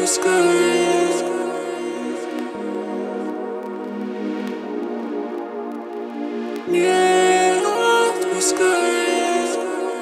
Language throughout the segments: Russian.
отпускает, не отпускает.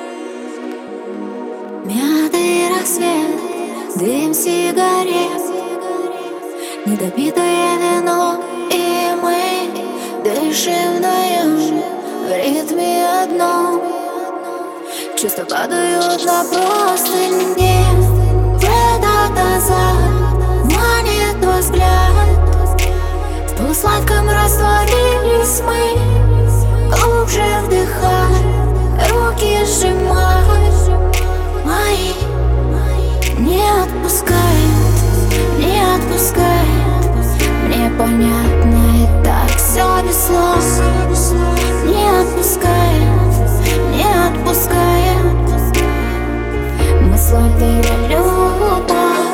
Мятый рассвет, дым сигарет, недопитое вино, и мы дышим вдвоем в ритме одном. Чувства падают на простыни, в этот азарт манит твой взгляд. В полусладком растворились мы, глубже вдыхай, руки сжимай мои. Не отпускает, не отпускает, мне понятно и так все без слов. Не отпускает, не отпускает, мы слабее любовь.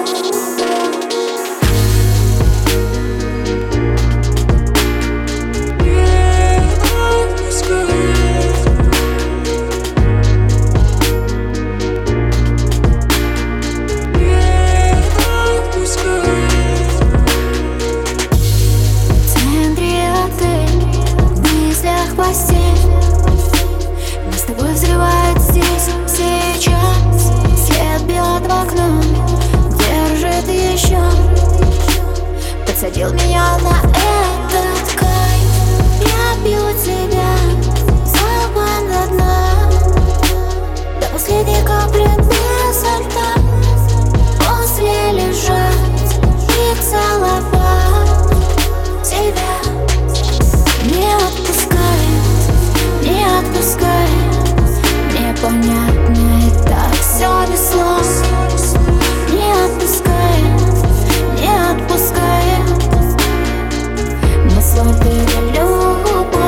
Мы с тобой взрывает здесь, сейчас. Свет бьет в окно, держит еще. Подсадил меня на этот кайф. Я пью тебя залпом до дна, до последней капли без рта. После лежать и целовать тебя. Не отпускает, не отпускает, мне понятно и так все без слов. Не отпускает, не отпускает, мы слабее любовь.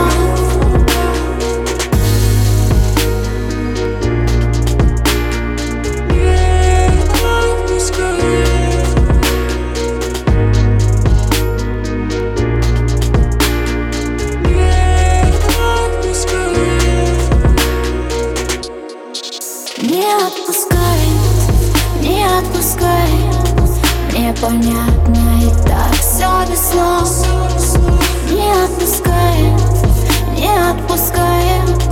Не отпускает, не отпускает, мне понятно и так все без слов. Не отпускает, не отпускает,